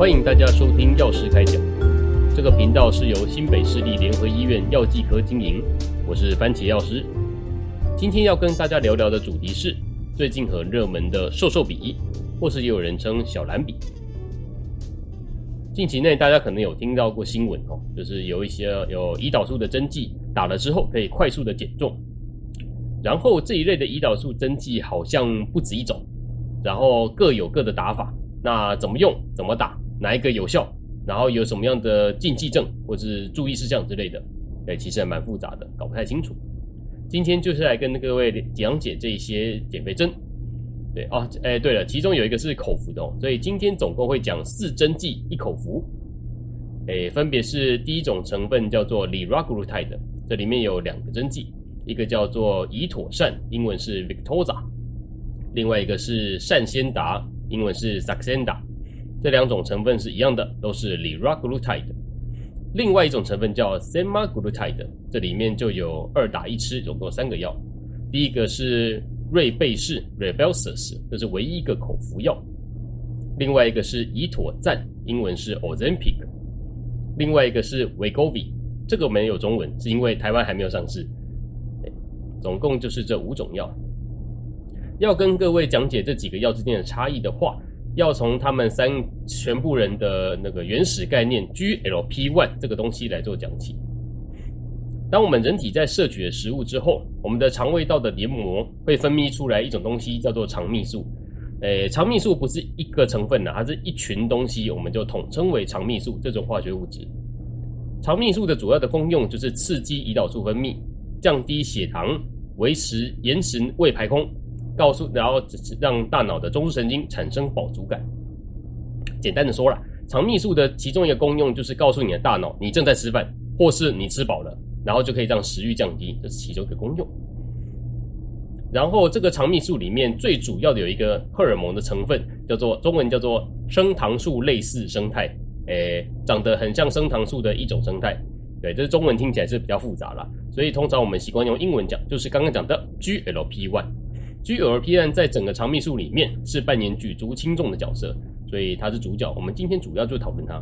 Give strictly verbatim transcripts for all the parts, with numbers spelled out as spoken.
欢迎大家收听药师开讲，这个频道是由新北市立联合医院药剂科经营，我是番茄药师。今天要跟大家聊聊的主题是最近很热门的瘦瘦笔，或是也有人称小蓝笔。近期内大家可能有听到过新闻哦，就是有一些有胰岛素的针剂打了之后可以快速的减重，然后这一类的胰岛素针剂好像不止一种，然后各有各的打法，那怎么用怎么打，哪一个有效，然后有什么样的禁忌症或是注意事项之类的，对，其实还蛮复杂的，搞不太清楚。今天就是来跟各位讲解这些减肥针。对哦，哎，对了，其中有一个是口服的哦，所以今天总共会讲四针剂一口服。哎，分别是第一种成分叫做 liraglutide， 这里面有两个针剂，一个叫做胰妥善，英文是 Victoza， 另外一个是善先达，英文是 Saxenda。这两种成分是一样的，都是 liraglutide。另外一种成分叫 semaglutide， 这里面就有二打一吃，总共三个药。第一个是瑞贝士 Rybelsus， 这是唯一一个口服药。另外一个是胰妥赞，英文是 Ozempic。另外一个是 Wegovy， 这个没有中文，是因为台湾还没有上市。总共就是这五种药。要跟各位讲解这几个药之间的差异的话，要从他们三全部人的那个原始概念 G L P 一 这个东西来做讲起。当我们人体在摄取了食物之后，我们的肠胃道的黏膜会分泌出来一种东西叫做肠泌素。诶，肠泌素不是一个成分啊，它是一群东西，我们就统称为肠泌素这种化学物质。肠泌素的主要的功用就是刺激胰岛素分泌，降低血糖，维持延迟胃排空，告诉然后让大脑的中枢神经产生饱足感。简单的说啦，肠泌素的其中一个功用就是告诉你的大脑你正在吃饭，或是你吃饱了，然后就可以让食欲降低，这是其中一个功用。然后这个肠泌素里面最主要的有一个荷尔蒙的成分，叫做中文叫做升糖素类似生态，诶，长得很像升糖素的一种生态。对，这是中文听起来是比较复杂啦，所以通常我们习惯用英文讲，就是刚刚讲的 G L P 一。G L P 一 在整个肠泌素里面是扮演举足轻重的角色，所以它是主角。我们今天主要就讨论它。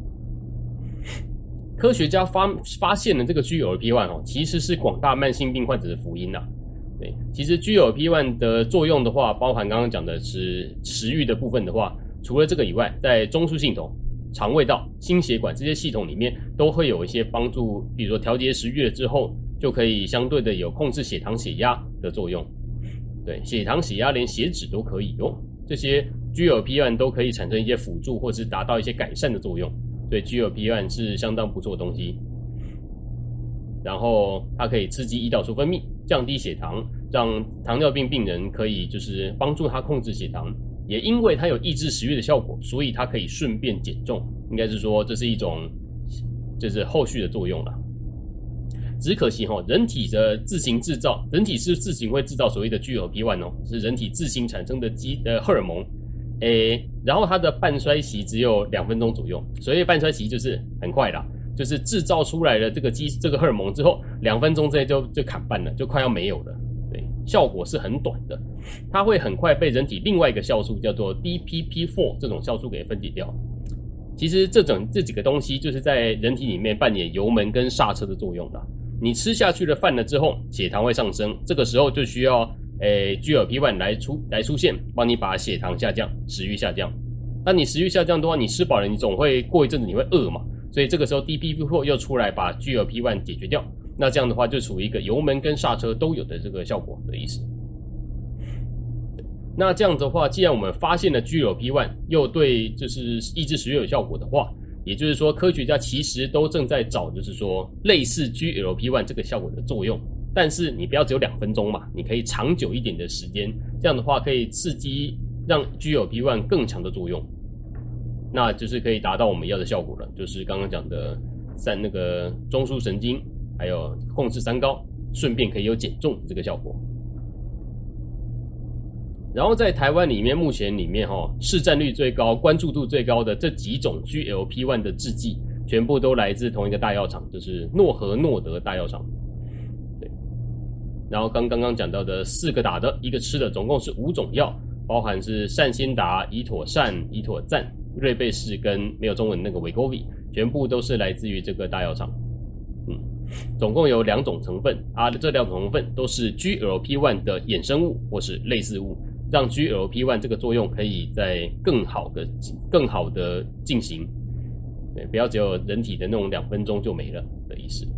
科学家 发, 发现了这个 G L P 一 哦，其实是广大慢性病患者的福音呐。对，其实 G L P 一 的作用的话，包含刚刚讲的是食欲的部分的话，除了这个以外，在中枢系统、肠胃道、心血管这些系统里面，都会有一些帮助，比如说调节食欲了之后，就可以相对的有控制血糖、血压的作用。对，血糖、血压连血脂都可以哦，这些 G L P 一 都可以产生一些辅助或是达到一些改善的作用。对 G L P 一 是相当不错的东西。然后它可以刺激胰岛素分泌，降低血糖，让糖尿病病人可以就是帮助他控制血糖。也因为它有抑制食欲的效果，所以它可以顺便减重。应该是说这是一种就是后续的作用啦。只可惜齁，人体的自行制造，人体是自行会制造所谓的 G L P 一 哦，是人体自行产生的基呃荷尔蒙。诶，然后它的半衰期只有两分钟左右，所以半衰期就是很快啦，就是制造出来了这个基这个荷尔蒙之后，两分钟之内就就砍半了，就快要没有了。对，效果是很短的，它会很快被人体另外一个酵素叫做 D P P 四 这种酵素给分解掉。其实这种这几个东西就是在人体里面扮演油门跟刹车的作用啦。你吃下去了饭了之后，血糖会上升，这个时候就需要诶 G L P 一 来出来出现，帮你把血糖下降，食欲下降。当你食欲下降的话，你吃饱了，你总会过一阵子你会饿嘛，所以这个时候 D P P 四 又出来把 G L P 一 解决掉。那这样的话就处于一个油门跟刹车都有的这个效果的意思。那这样的话，既然我们发现了 G L P 一 又对就是抑制食欲有效果的话，也就是说科学家其实都正在找就是说类似 G L P 一 这个效果的作用。但是你不要只有两分钟嘛，你可以长久一点的时间，这样的话可以刺激让 G L P 一 更强的作用，那就是可以达到我们要的效果了，就是刚刚讲的散那个中枢神经，还有控制三高，顺便可以有减重这个效果。然后在台湾里面，目前里面齁市占率最高、关注度最高的这几种 G L P 一 的制剂，全部都来自同一个大药厂，就是诺和诺德大药厂。然后刚刚刚讲到的四个打的，一个吃的，总共是五种药，包含是善先达、胰妥善、胰妥赞， 瑞贝士跟没有中文那个 Wegovy， 全部都是来自于这个大药厂。嗯，总共有两种成分啊，这两种成分都是 G L P 一 的衍生物或是类似物，让 G L P 一 这个作用可以在更好的更好的进行，对，不要只有人体的那种两分钟就没了的意思。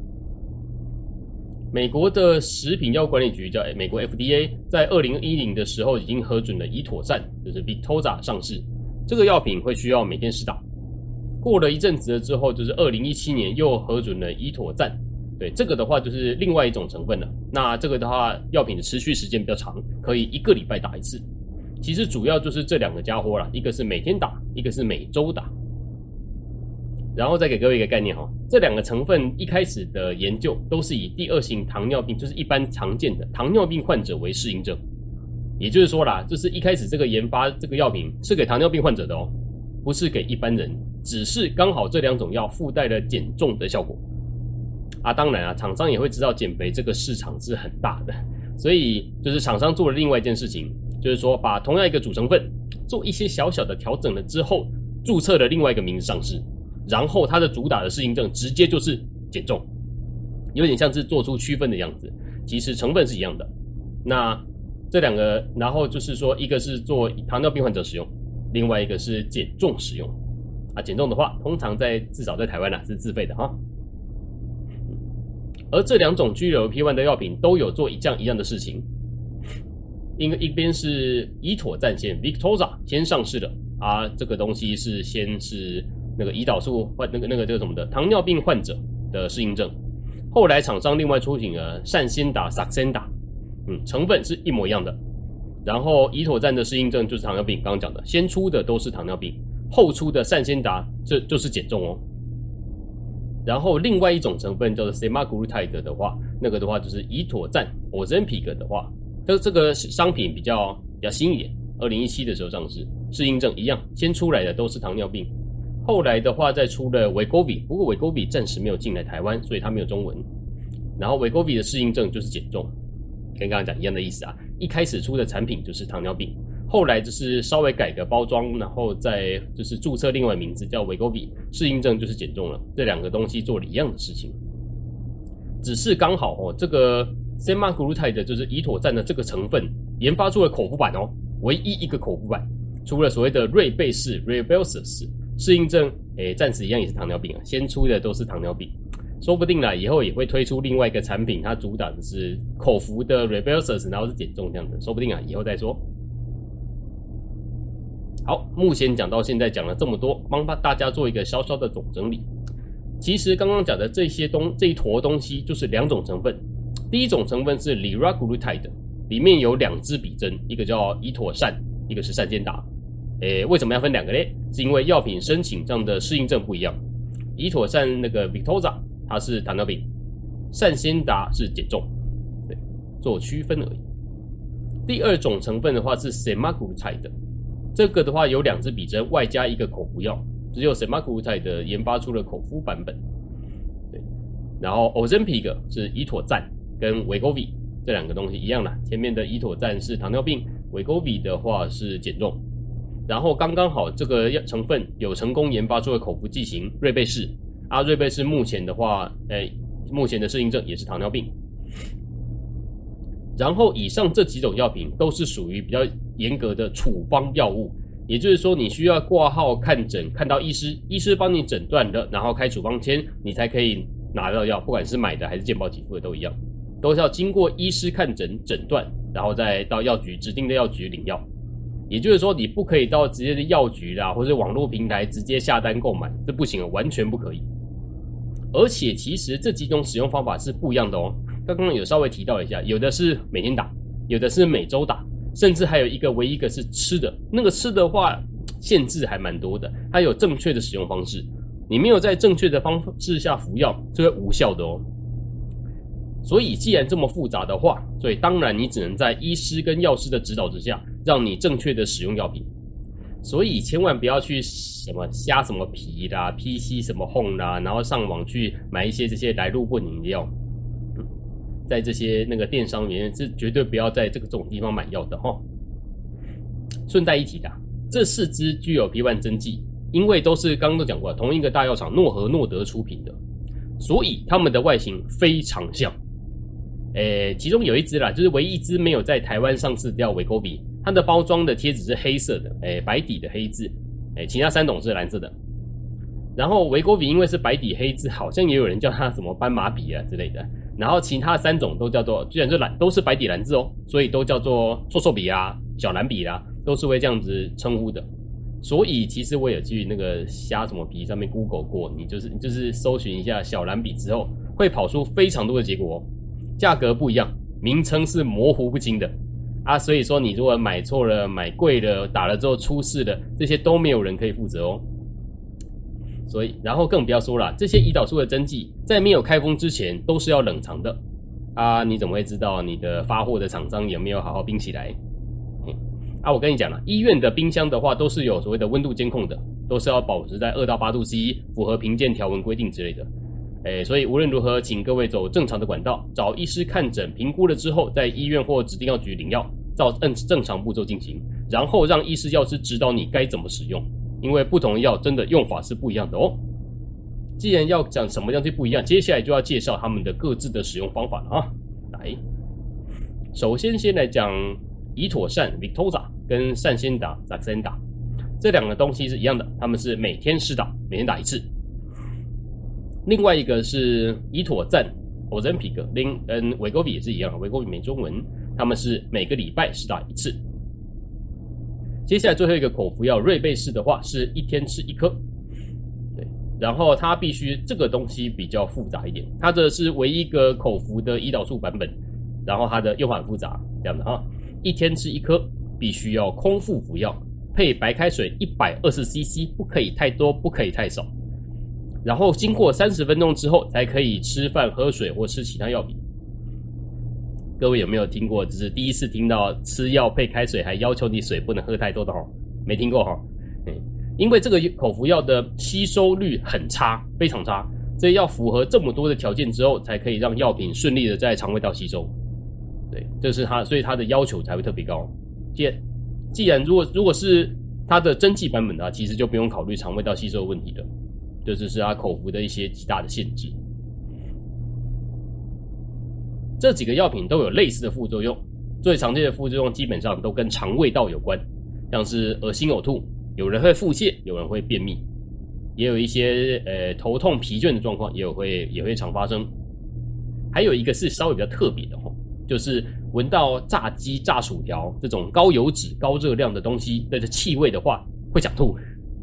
美国的食品药管理局叫美国 F D A， 在二零一零的时候已经核准了乙妥赞，就是 Victoza 上市。这个药品会需要每天施打。过了一阵子了之后，就是二零一七年又核准了乙妥赞。对，这个的话就是另外一种成分了。那这个的话，药品的持续时间比较长，可以一个礼拜打一次。其实主要就是这两个家伙啦，一个是每天打，一个是每周打。然后再给各位一个概念哈，这两个成分一开始的研究都是以第二型糖尿病，就是一般常见的糖尿病患者为适应症。也就是说啦，就是一开始这个研发这个药品是给糖尿病患者的哦，不是给一般人，只是刚好这两种药附带了减重的效果。啊，当然啊，厂商也会知道减肥这个市场是很大的，所以就是厂商做了另外一件事情，就是说把同样一个主成分做一些小小的调整了之后，注册了另外一个名字上市。然后它的主打的适应症直接就是减重，有点像是做出区分的样子，其实成分是一样的。那这两个，然后就是说一个是做糖尿病患者使用，另外一个是减重使用。啊，减重的话通常在至少在台湾啦是自费的哈。而这两种 G L P 一 的药品都有做一样一样的事情。一个一边是乙妥赞先 Victoza 先上市的啊，这个东西是先是那个胰岛素患那个那个这个什么的糖尿病患者的适应症，后来厂商另外出品了善先达 Saxenda， 嗯，成分是一模一样的。然后乙妥赞的适应症就是糖尿病，刚刚讲的，先出的都是糖尿病，后出的善先达这就是减重哦。然后另外一种成分叫做 semaglutide 的话，那个的话就是乙妥赞 Ozempic 的话，这这个商品比较比较新一点，二零一七的时候上市，适应症一样，先出来的都是糖尿病。后来的话再出了 Wegovy， 不过 Wegovy 暂时没有进来台湾，所以它没有中文。然后 Wegovy 的适应症就是减重，跟刚刚讲一样的意思啊。一开始出的产品就是糖尿病，后来就是稍微改个包装，然后再就是注册另外名字叫 Wegovy， 适应症就是减重了。这两个东西做了一样的事情，只是刚好哦，这个 semaglutide 就是乙妥赞的这个成分研发出了口服版哦，唯一一个口服版，除了所谓的瑞贝氏 Rybelsus。适应症，诶，暂时一样也是糖尿病啊，先出的都是糖尿病，说不定啦，以后也会推出另外一个产品，它主打的是口服的 Rybelsus， 然后是减重这样的，说不定啊，以后再说。好，目前讲到现在讲了这么多，帮大家做一个小小的总整理。其实刚刚讲的这些东这一坨东西就是两种成分，第一种成分是 liraglutide， 里面有两支比针，一个叫乙妥善，一个是善先达。诶，为什么要分两个呢？是因为药品申请上的适应症不一样。乙妥善那个 Victoza 它是糖尿病，善先达是减重，对，做区分而已。第二种成分的话是 semaglutide， 这个的话有两支比针，外加一个口服药，只有 semaglutide 研发出了口服版本。对，然后 Ozempic 是乙妥赞跟 Wegovy 这两个东西一样啦，前面的乙妥赞是糖尿病， Wegovy 的话是减重。然后刚刚好这个成分有成功研发出了口服剂型瑞贝氏，啊，瑞贝氏目前的话，诶，目前的适应症也是糖尿病。然后以上这几种药品都是属于比较严格的处方药物，也就是说你需要挂号看诊，看到医师，医师帮你诊断了，然后开处方签，你才可以拿到药，不管是买的还是健保给付的都一样，都是要经过医师看诊诊断，然后再到药局指定的药局领药。也就是说，你不可以到直接的药局啦，或者网络平台直接下单购买，这不行，完全不可以。而且其实这几种使用方法是不一样的哦。刚刚有稍微提到一下，有的是每天打，有的是每周打，甚至还有一个唯一一个是吃的。那个吃的话，限制还蛮多的，它有正确的使用方式。你没有在正确的方式下服药，是会无效的哦。所以既然这么复杂的话，所以当然你只能在医师跟药师的指导之下，让你正确的使用药品。所以千万不要去什么瞎什么皮啦 P C 什么 home 啦，然后上网去买一些这些来路不明的药，在这些那个电商里面是绝对不要在这个这种地方买药的齁。顺带一提啦， 这四支具有 P 一 针剂，因为都是刚刚都讲过同一个大药厂诺和诺德出品的，所以它们的外形非常像。诶，其中有一支啦，就是唯一一支没有在台湾上市叫 Wegovy， 它的包装的贴纸是黑色的，诶，白底的黑字，诶，其他三种是蓝色的。然后 Wegovy 因为是白底黑字，好像也有人叫它什么斑马笔啊之类的。然后其他三种都叫做，居然是蓝，都是白底蓝字哦，所以都叫做瘦瘦笔啊、小蓝笔啦、啊，都是会这样子称呼的。所以其实我有去那个虾什么皮上面 Google 过，你就是你就是搜寻一下小蓝笔之后，会跑出非常多的结果哦。价格不一样，名称是模糊不清的啊，所以说你如果买错了、买贵了、打了之后出事了，这些都没有人可以负责哦。所以，然后更不要说了，这些胰岛素的针剂在没有开封之前都是要冷藏的啊，你怎么会知道你的发货的厂商有没有好好冰起来？啊，我跟你讲了，医院的冰箱的话都是有所谓的温度监控的，都是要保持在二到八度 C， 符合评鉴条文规定之类的。诶，所以无论如何，请各位走正常的管道，找医师看诊评估了之后，在医院或指定药局领药，照按正常步骤进行，然后让医师药师指导你该怎么使用，因为不同的药真的用法是不一样的哦。既然要讲什么样就不一样，接下来就要介绍他们的各自的使用方法了啊。来，首先先来讲胰妥善 Victoza 跟善先达 Saxenda， 这两个东西是一样的，他们是每天施打，每天打一次。另外一个是胰妥赞 Ozempic 跟 Wegovy 也是一样 ，Wegovy 没中文，他们是每个礼拜施打一次。接下来最后一个口服药瑞贝氏的话是一天吃一颗，对，然后它必须这个东西比较复杂一点，它这是唯一一个口服的胰岛素版本，然后它的用法很复杂，这样的哈，一天吃一颗，必须要空腹服药，配白开水 一百二十 C C， 不可以太多，不可以太少。然后经过三十分钟之后才可以吃饭、喝水或吃其他药品。各位有没有听过？只是第一次听到吃药配开水还要求你水不能喝太多的齁？没听过齁？嗯，因为这个口服药的吸收率很差，非常差，所以要符合这么多的条件之后，才可以让药品顺利的在肠胃道吸收。对，这是它，所以它的要求才会特别高。既既然如果如果是它的针剂版本的话，其实就不用考虑肠胃道吸收的问题了。这就是它口服的一些极大的限制。这几个药品都有类似的副作用，最常见的副作用基本上都跟肠胃道有关，像是恶心呕吐，有人会腹泻，有人会便秘，也有一些呃头痛疲倦的状况，也有会也会常发生。还有一个是稍微比较特别的齁，就是闻到炸鸡、炸薯条这种高油脂、高热量的东西的气味的话，会想吐。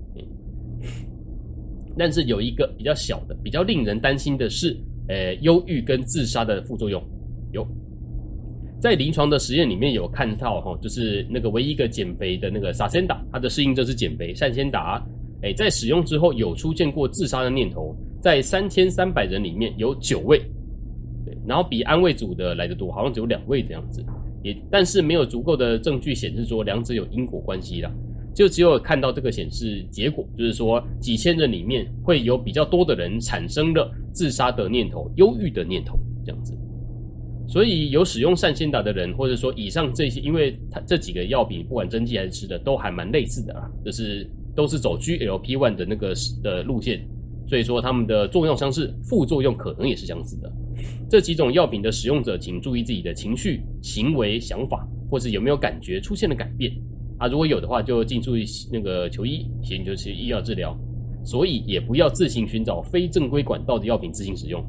但是有一个比较小的、比较令人担心的是，呃，忧郁跟自杀的副作用。有，在临床的实验里面有看到，哈，就是那个唯一一个减肥的那个萨先达，它的适应症是减肥，善先达，哎，在使用之后有出现过自杀的念头，在三千三百人里面有九位，对，然后比安慰组的来得多，好像只有两位这样子，也但是没有足够的证据显示说两者有因果关系啦。就只有看到这个显示结果，就是说几千人里面会有比较多的人产生了自杀的念头、忧郁的念头这样子。所以有使用善先达的人，或者说以上这些，因为它这几个药品不管针剂还是吃的都还蛮类似的啦，就是都是走 G L P 一 的那个的路线，所以说他们的作用相似，副作用可能也是相似的。这几种药品的使用者请注意自己的情绪、行为、想法，或是有没有感觉出现了改变。啊，如果有的话，就尽注意那个求医，寻求医药治疗。所以也不要自行寻找非正规管道的药品自行使用。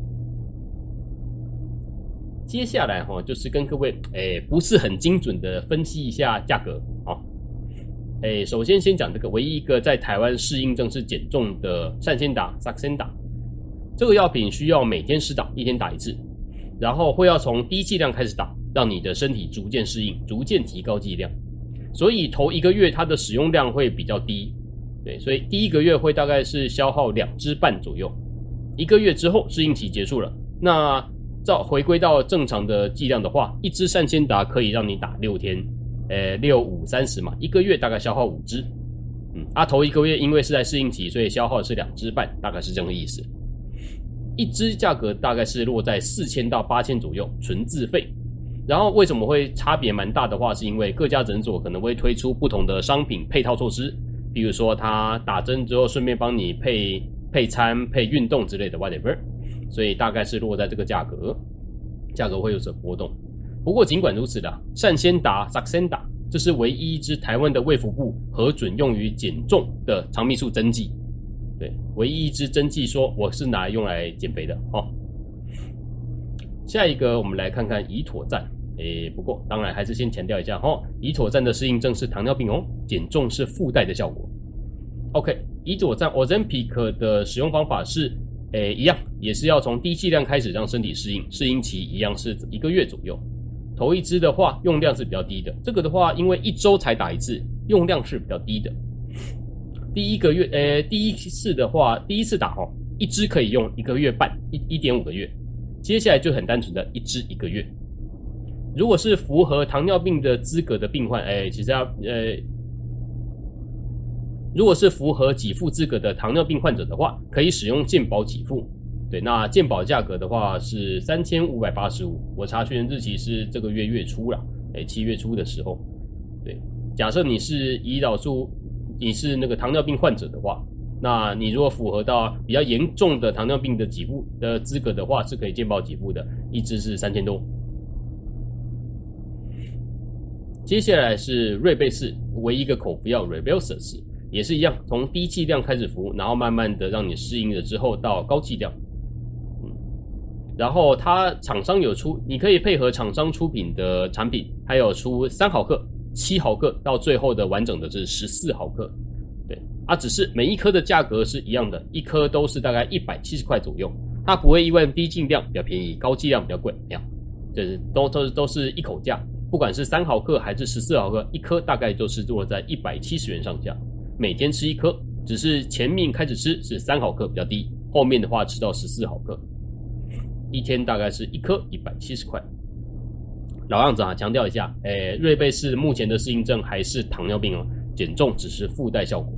接下来哈，就是跟各位诶不是很精准的分析一下价格啊。诶，首先先讲这个唯一一个在台湾适应症是减重的善先达 Saxenda， 这个药品需要每天施打，一天打一次，然后会要从低剂量开始打，让你的身体逐渐适应，逐渐提高剂量。所以头一个月它的使用量会比较低，对，所以第一个月会大概是消耗两支半左右，一个月之后适应期结束了，那照回归到正常的剂量的话，一支善先达可以让你打六天，呃，六五三十嘛，一个月大概消耗五支，嗯，啊，头一个月因为是在适应期，所以消耗的是两支半，大概是这个意思。一支价格大概是落在四千到八千左右，纯自费。 然后为什么会差别蛮大的话，是因为各家诊所可能会推出不同的商品配套措施，比如说他打针之后顺便帮你配配餐、配运动之类的 whatever， 所以大概是落在这个价格，价格会有所波动。不过尽管如此的，善先达 Saxenda 这是唯一一支台湾的卫福部核准用于减重的肠泌素针剂，对，唯一一支针剂说我是拿来用来减肥的哦。下一个我们来看看胰妥赞，诶，不过当然还是先强调一下哦，胰妥赞的适应症是糖尿病哦，减重是附带的效果。OK， 胰妥赞 Ozempic 的使用方法是，诶，一样也是要从低剂量开始让身体适应，适应期一样是一个月左右。头一支的话用量是比较低的，这个的话因为一周才打一次，用量是比较低的。第一个月，呃，第一次的话，第一次打哦，一支可以用一个月半，一一点五个月。接下来就很单纯的一支一个月。如果是符合糖尿病的资格的病患，哎，其实要呃，如果是符合给付资格的糖尿病患者的话，可以使用健保给付。对，那健保价格的话是三千五百八十五，我查询的日期是这个月月初啦，哎，七月初的时候。对，假设你是胰岛素，你是那个糖尿病患者的话，那你如果符合到比较严重的糖尿病的给付的资格的话，是可以健保给付的，一支是三千多。接下来是瑞贝氏唯一一个口服药 Rybelsus， 也是一样，从低剂量开始服，然后慢慢的让你适应了之后到高剂量。然后它厂商有出，你可以配合厂商出品的产品，还有出三毫克、七毫克，到最后的完整的是十四毫克。对啊，只是每一颗的价格是一样的，一颗都是大概一百七十块左右，它不会因为低剂量比较便宜，高剂量比较贵，没有，就是都都都是一口价，不管是三毫克还是十四毫克，一颗大概都是落在一百七十元上下，每天吃一颗，只是前面开始吃是三毫克比较低，后面的话吃到十四毫克。一天大概是一颗一百七十块。老样子啊，强调一下，诶，瑞贝氏目前的适应症还是糖尿病哦，减重只是附带效果。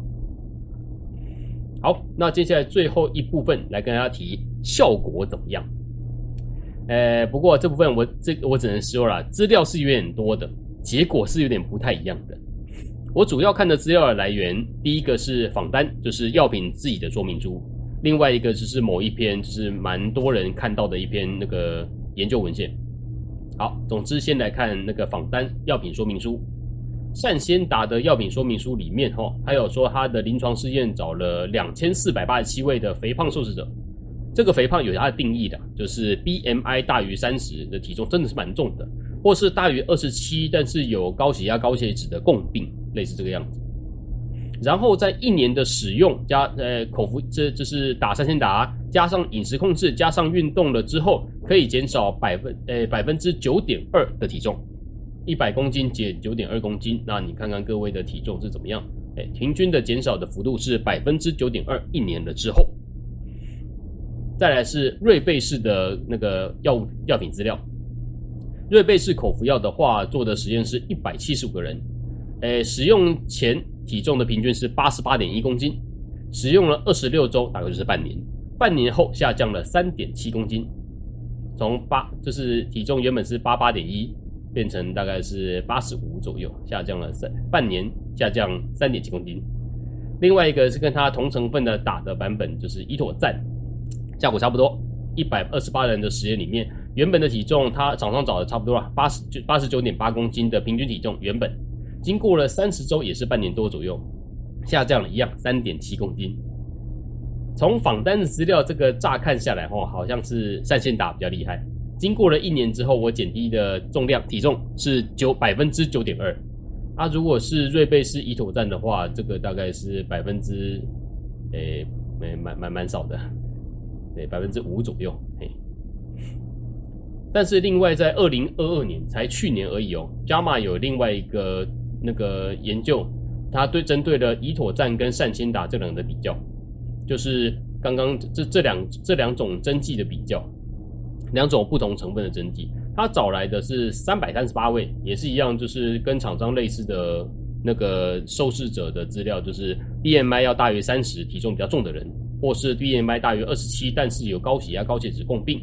好，那接下来最后一部分来跟大家提效果怎么样。诶，不过这部分我这我只能说啦，资料是有点多的，结果是有点不太一样的。我主要看的资料的来源，第一个是仿单，就是药品自己的说明书。另外一个就是某一篇就是蛮多人看到的一篇那个研究文献。好，总之先来看那个仿单药品说明书。善先达的药品说明书里面齁，还有说他的临床试验找了两千四百八十七位的肥胖受试者。这个肥胖有它的定义的，就是 B M I 大于三十的体重真的是蛮重的，或是大于二十七但是有高血压高血脂的共病，类似这个样子。然后在一年的使用加呃口服，这就是打善先达加上饮食控制加上运动了之后，可以减少百分呃百分之九点二的体重，一百公斤减九点二公斤。那你看看各位的体重是怎么样？哎，平均的减少的幅度是百分之九点二，一年了之后。再来是瑞贝氏的那个药物药品资料，瑞贝氏口服药的话，做的实验是一百七十五个人，诶，使用前体重的平均是 八十八点一公斤，使用了二十六周，大概就是半年，半年后下降了 三点七公斤，从八就是体重原本是八十八点一，变成大概是八十五左右，下降了三半年下降 三点七公斤。另外一个是跟它同成分的打的版本，就是胰妥赞，效果差不多。一百二十八人的实验里面，原本的体重它厂商找的差不多了，八十九点八公斤的平均体重，原本经过了三十周，也是半年多左右，下降了一样 三点七公斤。从仿单的资料这个乍看下来齁，好像是善先达比较厉害。经过了一年之后，我减低的重量体重是百分之九点二。啊，如果是瑞贝氏胰妥赞的话，这个大概是百分之诶蛮蛮蛮少的。对，百分之五左右，嘿。但是另外在二零二二年，才去年而已哦 ，J A M A 有另外一个那个研究，它对针对了胰妥赞跟善先达这两个的比较，就是刚刚这这两这两种针剂的比较，两种不同成分的针剂，它找来的是三百三十八位，也是一样，就是跟厂商类似的那个受试者的资料，就是 B M I 要大于三十，体重比较重的人。或是 B M I 大于二十七，但是有高血压、高血脂共病，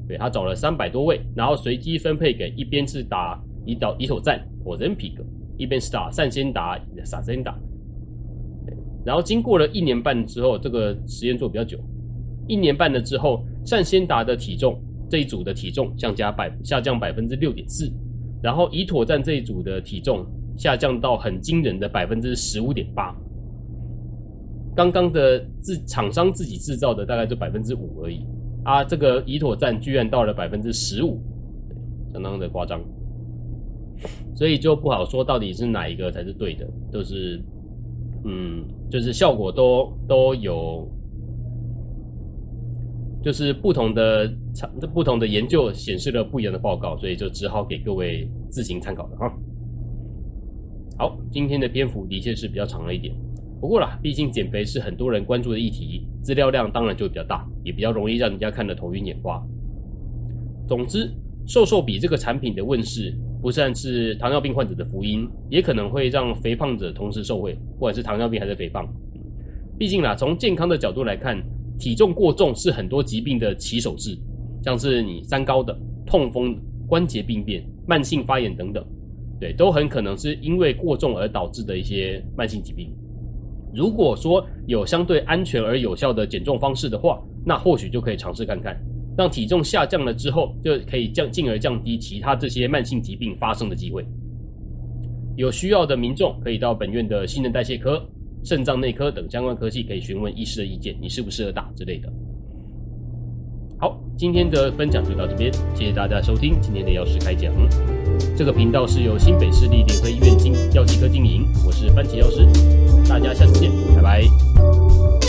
对，他找了三百多位，然后随机分配给一边是打胰岛胰岛赞 Ozempic， 一边是打善先达 Saxenda。然后经过了一年半之后，这个实验做比较久，一年半了之后，善先达的体重这一组的体重下降百下降百分之六点四，然后胰妥赞这一组的体重下降到很惊人的百分之十五点八。刚刚的自厂商自己制造的大概就百分之五而已啊，这个胰妥赞居然到了百分之十五，相当的夸张，所以就不好说到底是哪一个才是对的，都是嗯，就是效果都都有，就是不同的不同的研究显示了不一样的报告，所以就只好给各位自行参考了哈。好，今天的篇幅的确是比较长了一点。不过啦，毕竟减肥是很多人关注的议题，资料量当然就会比较大，也比较容易让人家看得头晕眼花。总之，瘦瘦笔这个产品的问世，不但是糖尿病患者的福音，也可能会让肥胖者同时受惠，不管是糖尿病还是肥胖。毕竟啦，从健康的角度来看，体重过重是很多疾病的起手式，像是你三高的、痛风、关节病变、慢性发炎等等，对，都很可能是因为过重而导致的一些慢性疾病。如果说有相对安全而有效的减重方式的话，那或许就可以尝试看看，让体重下降了之后，就可以降进而降低其他这些慢性疾病发生的机会。有需要的民众可以到本院的新陈代谢科、肾脏内科等相关科系，可以询问医师的意见，你适不适合打之类的。好，今天的分享就到这边，谢谢大家收听今天的药师开讲。这个频道是由新北市立联合医院药剂科经营，我是番茄药师，大家下次见，拜拜。